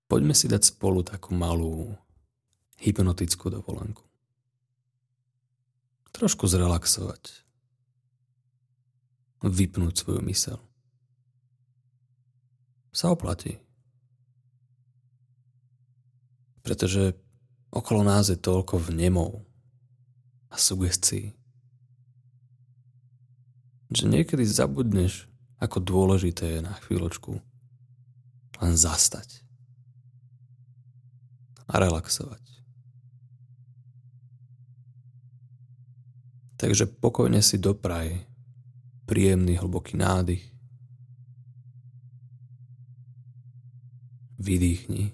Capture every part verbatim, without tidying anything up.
Poďme si dať spolu takú malú hypnotickú dovolenku. Trošku zrelaxovať. Vypnúť svoju myseľ. Sa oplatí. Pretože okolo nás je toľko vnemov a sugestií, že niekedy zabudneš, ako dôležité je na chvíľočku len zastať a relaxovať. Takže pokojne si dopraj príjemný hlboký nádych. Vydýchni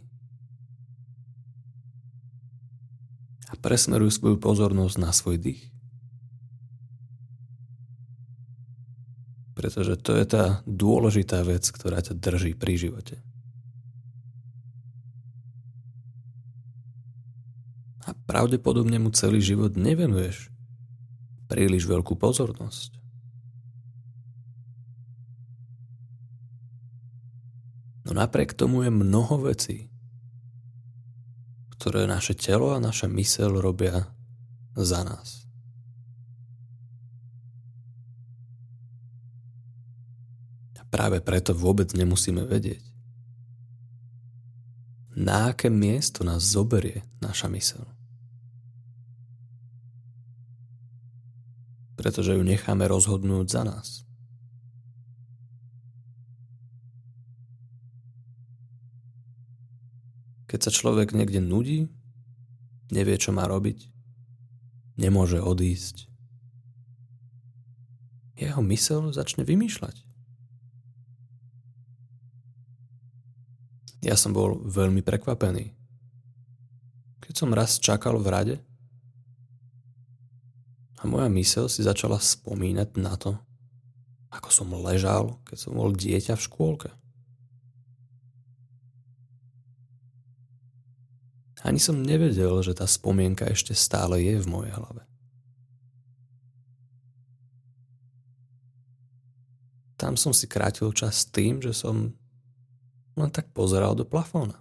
a presmeruj svoju pozornosť na svoj dých. Pretože to je tá dôležitá vec, ktorá ťa drží pri živote. A pravdepodobne mu celý život nevenuješ príliš veľkú pozornosť. No napriek tomu je mnoho vecí, ktoré naše telo a naša myseľ robia za nás. A práve preto vôbec nemusíme vedieť, na aké miesto nás zoberie naša myseľ. Pretože ju necháme rozhodnúť za nás. Keď sa človek niekde nudí, nevie, čo má robiť, nemôže odísť, jeho myseľ začne vymýšľať. Ja som bol veľmi prekvapený. Keď som raz čakal v rade a moja myseľ si začala spomínať na to, ako som ležal, keď som bol dieťa v škôlke. Ani som nevedel, že tá spomienka ešte stále je v mojej hlave. Tam som si krátil čas tým, že som len tak pozeral do plafóna.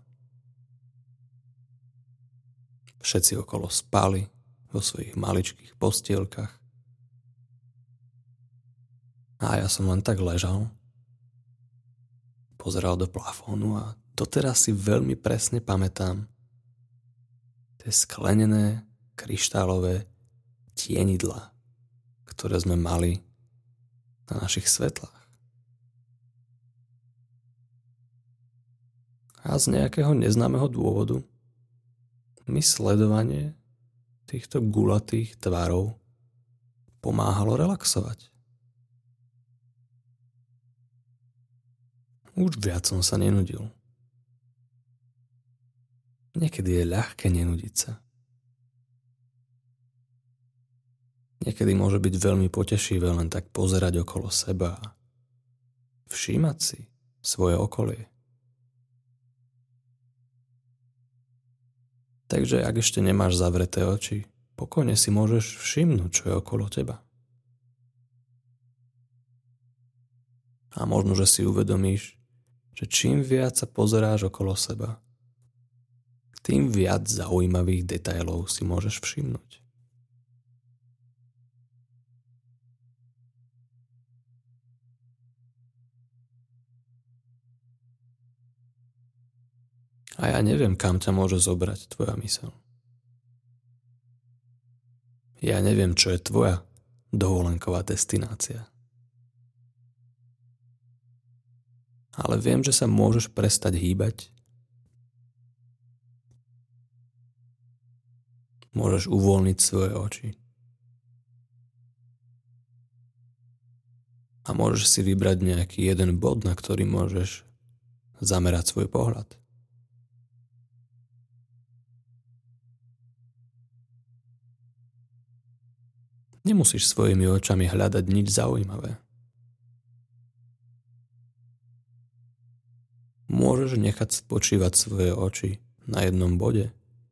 Všetci okolo spali vo svojich maličkých postielkach. A ja som len tak ležal, pozeral do plafónu a doteraz si veľmi presne pamätám tie sklenené, kryštálové tienidlá, ktoré sme mali na našich svetlách. A z nejakého neznámeho dôvodu mi sledovanie týchto gulatých tvarov pomáhalo relaxovať. Už viac som sa nenudil. Niekedy je ľahké nenudiť sa. Niekedy môže byť veľmi potešivé len tak pozerať okolo seba a všímať si svoje okolie. Takže ak ešte nemáš zavreté oči, pokojne si môžeš všimnúť, čo je okolo teba. A možno, že si uvedomíš, že čím viac sa pozeráš okolo seba, tým viac zaujímavých detailov si môžeš všimnúť. A ja neviem, kam ťa môže zobrať tvoja myseľ. Ja neviem, čo je tvoja dovolenková destinácia. Ale viem, že sa môžeš prestať hýbať. Môžeš uvoľniť svoje oči. A môžeš si vybrať nejaký jeden bod, na ktorý môžeš zamerať svoj pohľad. Nemusíš svojimi očami hľadať nič zaujímavé. Môžeš nechať spočívať svoje oči na jednom bode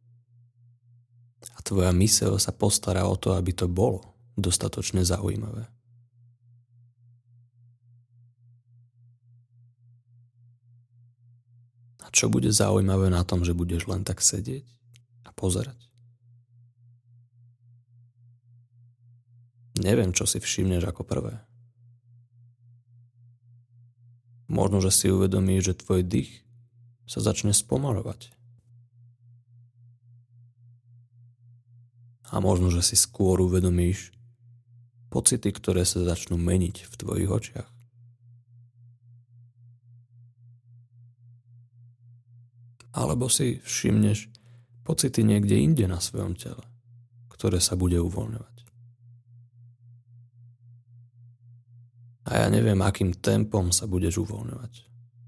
a tvoja myseľ sa postará o to, aby to bolo dostatočne zaujímavé. A A čo bude zaujímavé na tom, že budeš len tak sedieť a pozerať? Neviem, čo si všimneš ako prvé. Možno, že si uvedomíš, že tvoj dých sa začne spomaľovať. A možno, že si skôr uvedomíš pocity, ktoré sa začnú meniť v tvojich očiach. Alebo si všimneš pocity niekde inde na svojom tele, ktoré sa bude uvoľňovať. A ja neviem, akým tempom sa budeš uvoľňovať.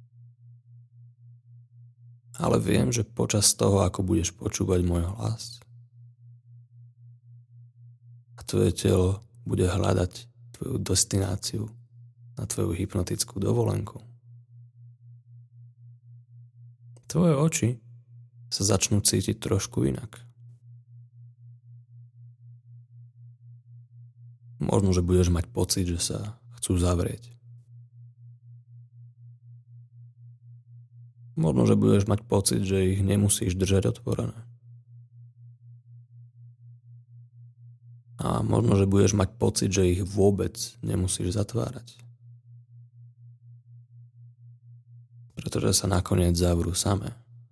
Ale viem, že počas toho, ako budeš počúvať môj hlas, tvoje telo bude hľadať tvoju destináciu na tvoju hypnotickú dovolenku. Tvoje oči sa začnú cítiť trošku inak. Možno, že budeš mať pocit, že sa chcú zavrieť. Možno, že budeš mať pocit, že ich nemusíš držať otvorené. A možno, že budeš mať pocit, že ich vôbec nemusíš zatvárať. Pretože sa nakoniec zavrú samé.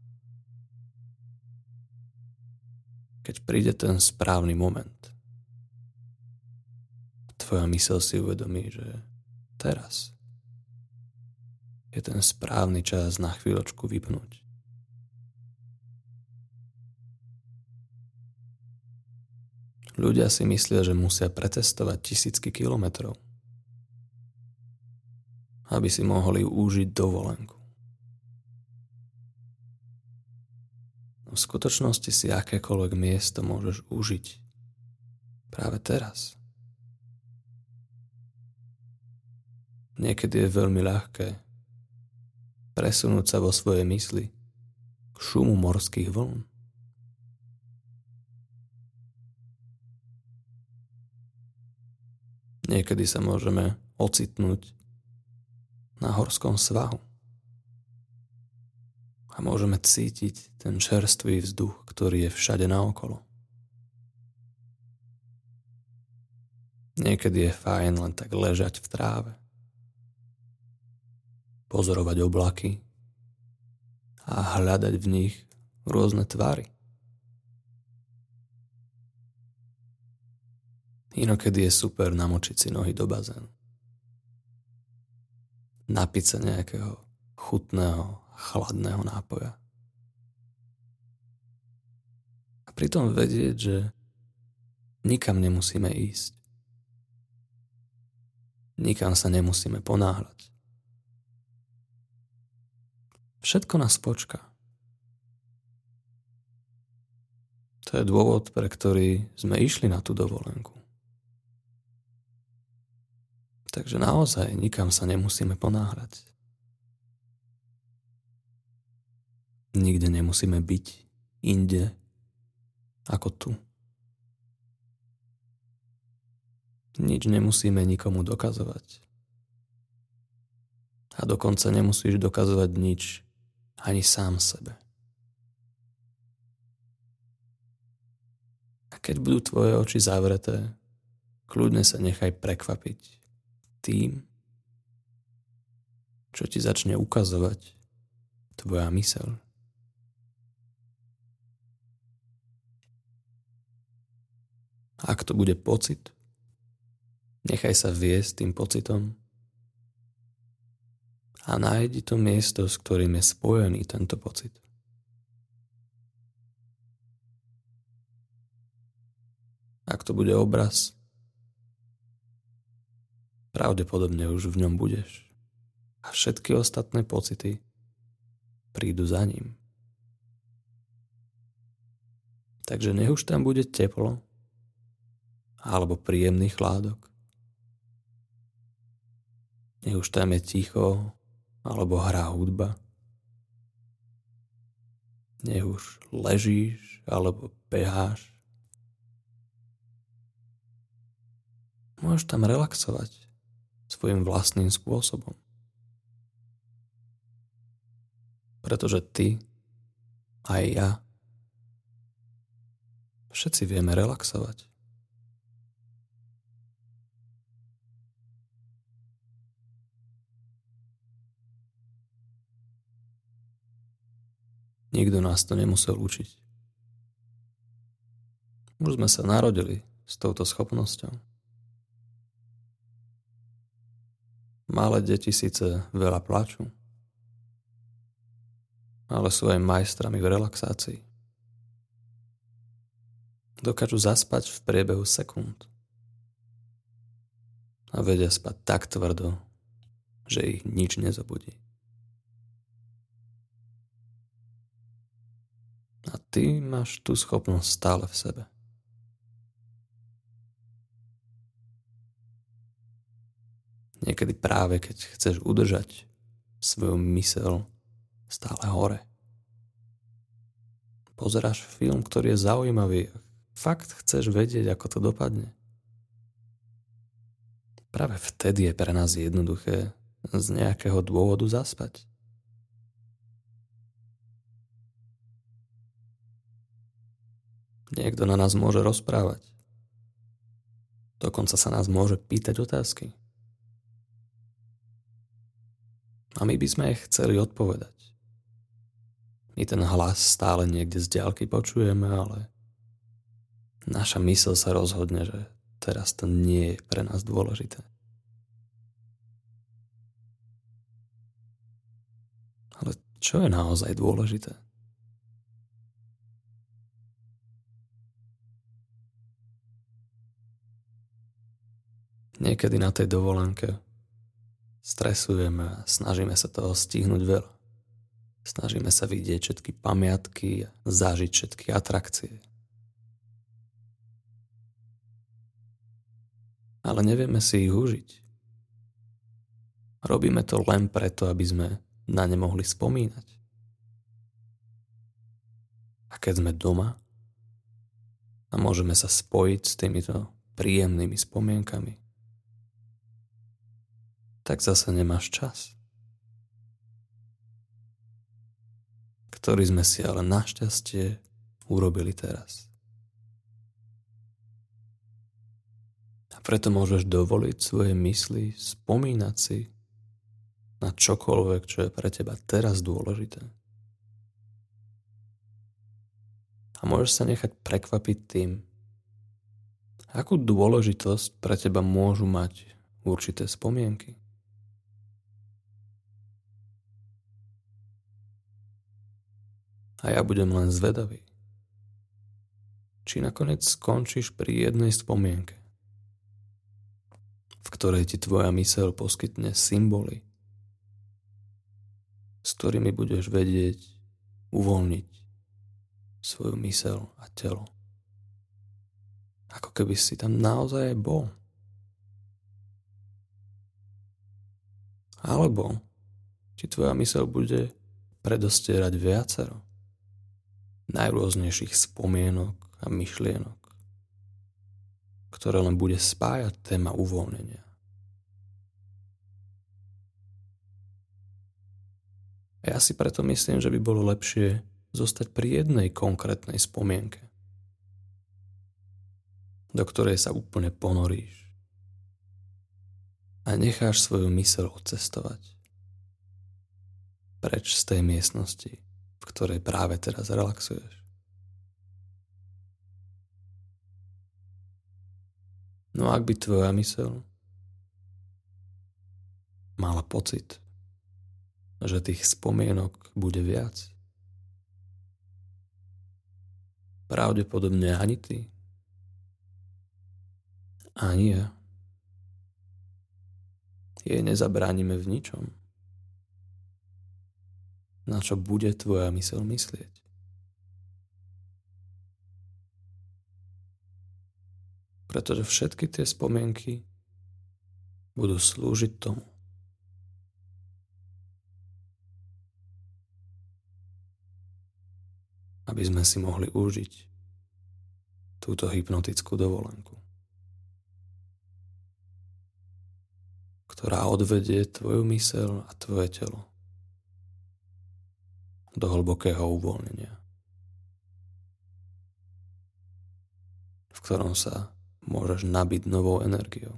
Keď príde ten správny moment, tvoja myseľ si uvedomí, že teraz je ten správny čas na chvíľočku vypnúť. Ľudia si myslia, že musia pretestovať tisícky kilometrov, aby si mohli užiť dovolenku. No v skutočnosti si akékoľvek miesto môžeš užiť práve teraz. Niekedy je veľmi ľahké presunúť sa vo svojej mysli k šumu morských vln. Niekedy sa môžeme ocitnúť na horskom svahu a môžeme cítiť ten čerstvý vzduch, ktorý je všade naokolo. Niekedy je fajn len tak ležať v tráve, pozorovať oblaky a hľadať v nich rôzne tvary. Inokedy je super namočiť si nohy do bazénu. Napiť sa nejakého chutného, chladného nápoja. A pritom vedieť, že nikam nemusíme ísť. Nikam sa nemusíme ponáhľať. Všetko nás počká. To je dôvod, pre ktorý sme išli na tú dovolenku. Takže naozaj nikam sa nemusíme ponáhľať. Nikde nemusíme byť inde ako tu. Nič nemusíme nikomu dokazovať. A dokonca nemusíš dokazovať nič ani sám sebe. A keď budú tvoje oči zavreté, kľudne sa nechaj prekvapiť tým, čo ti začne ukazovať tvoja myseľ. Ak to bude pocit, nechaj sa viesť tým pocitom a nájdi to miesto, s ktorým je spojený tento pocit. Ak to bude obraz, pravdepodobne už v ňom budeš a všetky ostatné pocity prídu za ním. Takže nech už tam bude teplo alebo príjemný chládok. Nech už tam je ticho alebo hrá hudba. Nech už ležíš alebo beháš. Môžeš tam relaxovať svojím vlastným spôsobom. Pretože ty, aj ja, všetci vieme relaxovať. Nikto nás to nemusel učiť. Už sme sa narodili s touto schopnosťou. Malé deti síce veľa plačú, ale sú aj majstrami v relaxácii. Dokážu zaspať v priebehu sekúnd a vedia spať tak tvrdo, že ich nič nezobudí. A ty máš tú schopnosť stále v sebe. Niekedy práve keď chceš udržať svoju myseľ stále hore. Pozeráš film, ktorý je zaujímavý. Fakt chceš vedieť, ako to dopadne. Práve vtedy je pre nás jednoduché z nejakého dôvodu zaspať. Niekto na nás môže rozprávať. Dokonca sa nás môže pýtať otázky. A my by sme ich chceli odpovedať. My ten hlas stále niekde z diaľky počujeme, ale naša myseľ sa rozhodne, že teraz to nie je pre nás dôležité. Ale čo je naozaj dôležité? Niekedy na tej dovolenke stresujeme a snažíme sa toho stihnúť veľa. Snažíme sa vidieť všetky pamiatky a zažiť všetky atrakcie. Ale nevieme si ich užiť. Robíme to len preto, aby sme na ne mohli spomínať. A keď sme doma a môžeme sa spojiť s týmito príjemnými spomienkami, tak zase nemáš čas, ktorý sme si ale našťastie urobili teraz. A preto môžeš dovoliť svoje mysli spomínať si na čokoľvek, čo je pre teba teraz dôležité. A môžeš sa nechať prekvapiť tým, akú dôležitosť pre teba môžu mať určité spomienky. A ja budem len zvedavý, či nakoniec skončíš pri jednej spomienke, v ktorej ti tvoja myseľ poskytne symboly, s ktorými budeš vedieť uvoľniť svoju myseľ a telo. Ako keby si tam naozaj bol. Alebo ti tvoja myseľ bude predostierať viacero najrôznejších spomienok a myšlienok, ktoré len bude spájať téma uvoľnenia. A ja si preto myslím, že by bolo lepšie zostať pri jednej konkrétnej spomienke, do ktorej sa úplne ponoríš a necháš svoju myseľ odcestovať preč z tej miestnosti, v ktorej práve teraz relaxuješ. No ak by tvoja myseľ mala pocit, že tých spomienok bude viac, pravdepodobne ani ty, ani ja jej nezabránime v ničom, na čo bude tvoja myseľ myslieť. Pretože všetky tie spomienky budú slúžiť tomu, aby sme si mohli užiť túto hypnotickú dovolenku, ktorá odvedie tvoju myseľ a tvoje telo do hlbokého uvoľnenia, v ktorom sa môžeš nabiť novou energiou.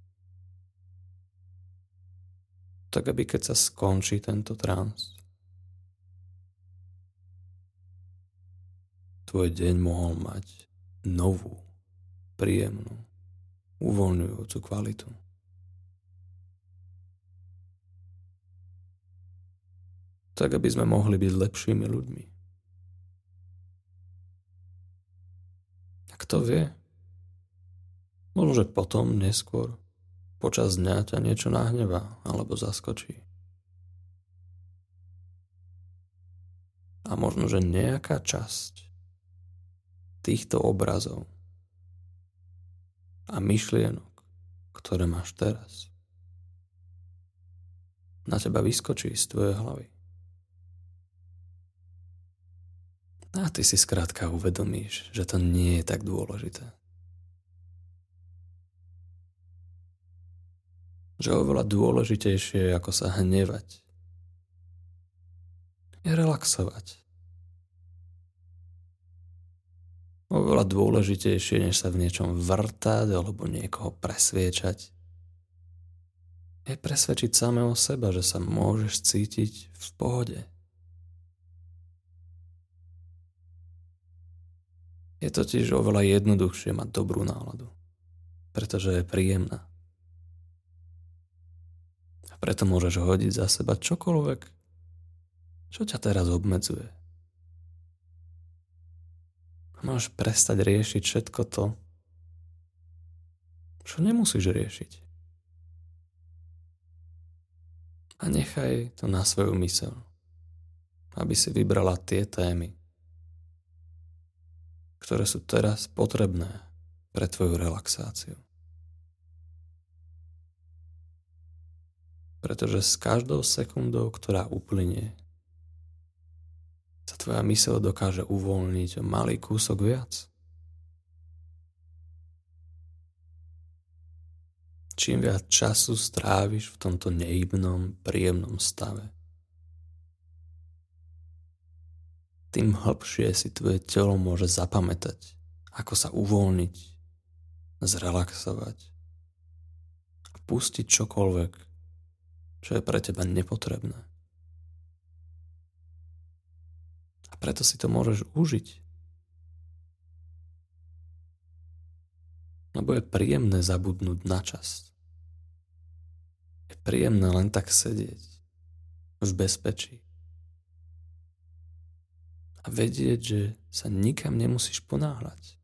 Tak aby keď sa skončí tento trans, tvoj deň mohol mať novú, príjemnú, uvoľňujúcu kvalitu. Tak aby sme mohli byť lepšími ľuďmi. A kto vie, možno, že potom, neskôr, počas dňa ťa niečo nahnevá alebo zaskočí. A možno, že nejaká časť týchto obrazov a myšlienok, ktoré máš teraz, na teba vyskočí z tvojej hlavy. A ty si skrátka uvedomíš, že to nie je tak dôležité. Že oveľa dôležitejšie je, ako sa hnevať, je relaxovať. Oveľa dôležitejšie, než sa v niečom vrtať alebo niekoho presviečať, je presvedčiť samého seba, že sa môžeš cítiť v pohode. Je totiž oveľa jednoduchšie mať dobrú náladu, pretože je príjemná. A preto môžeš hodiť za seba čokoľvek, čo ťa teraz obmedzuje. A môžeš prestať riešiť všetko to, čo nemusíš riešiť. A nechaj to na svoju myseľ, aby si vybrala tie témy, ktoré sú teraz potrebné pre tvoju relaxáciu. Pretože s každou sekundou, ktorá uplynie, sa tvoja myseľ dokáže uvoľniť o malý kúsok viac. Čím viac času stráviš v tomto nehybnom, príjemnom stave, tým hlbšie si tvoje telo môže zapamätať, ako sa uvoľniť, zrelaxovať a pustiť čokoľvek, čo je pre teba nepotrebné. A preto si to môžeš užiť. Lebo je príjemné zabudnúť na čas. Je príjemné len tak sedieť v bezpečí. A vedieť, že sa nikam nemusíš ponáhľať.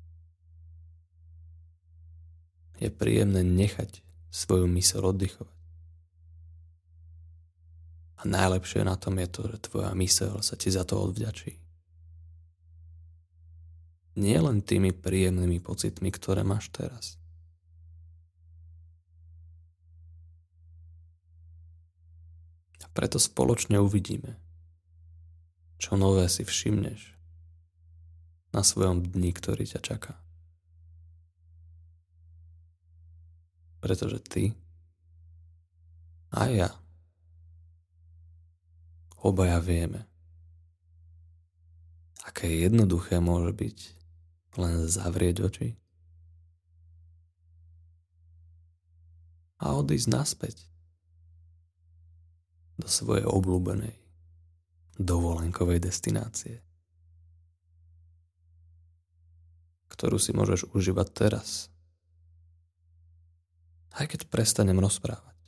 Je príjemné nechať svoju myseľ oddychovať. A najlepšie na tom je to, že tvoja myseľ sa ti za to odvďačí. Nie len tými príjemnými pocitmi, ktoré máš teraz. A preto spoločne uvidíme, čo nové si všimneš na svojom dni, ktorý ťa čaká. Pretože ty a ja obaja vieme, aké jednoduché môže byť len zavrieť oči a odísť naspäť do svojej obľúbenej dovolenkovej destinácie, ktorú si môžeš užívať teraz, aj keď prestanem rozprávať.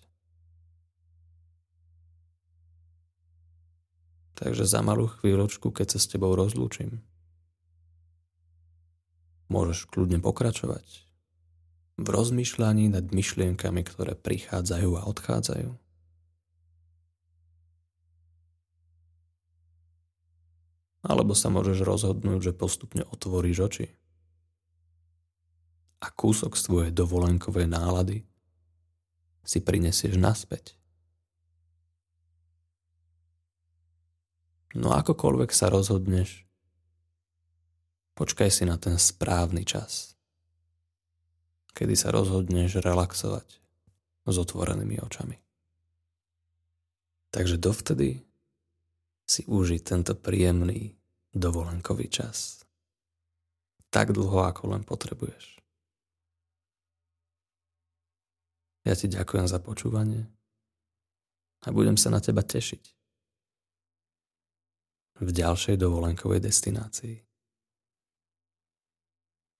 Takže za malú chvíľočku, keď sa s tebou rozlúčim, môžeš kľudne pokračovať v rozmýšľaní nad myšlienkami, ktoré prichádzajú a odchádzajú. Alebo sa môžeš rozhodnúť, že postupne otvoríš oči a kúsok z tvojej dovolenkovej nálady si prinesieš naspäť. No akokoľvek sa rozhodneš, počkaj si na ten správny čas, kedy sa rozhodneš relaxovať s otvorenými očami. Takže dovtedy si užiť tento príjemný dovolenkový čas. Tak dlho, ako len potrebuješ. Ja ti ďakujem za počúvanie a budem sa na teba tešiť v ďalšej dovolenkovej destinácii.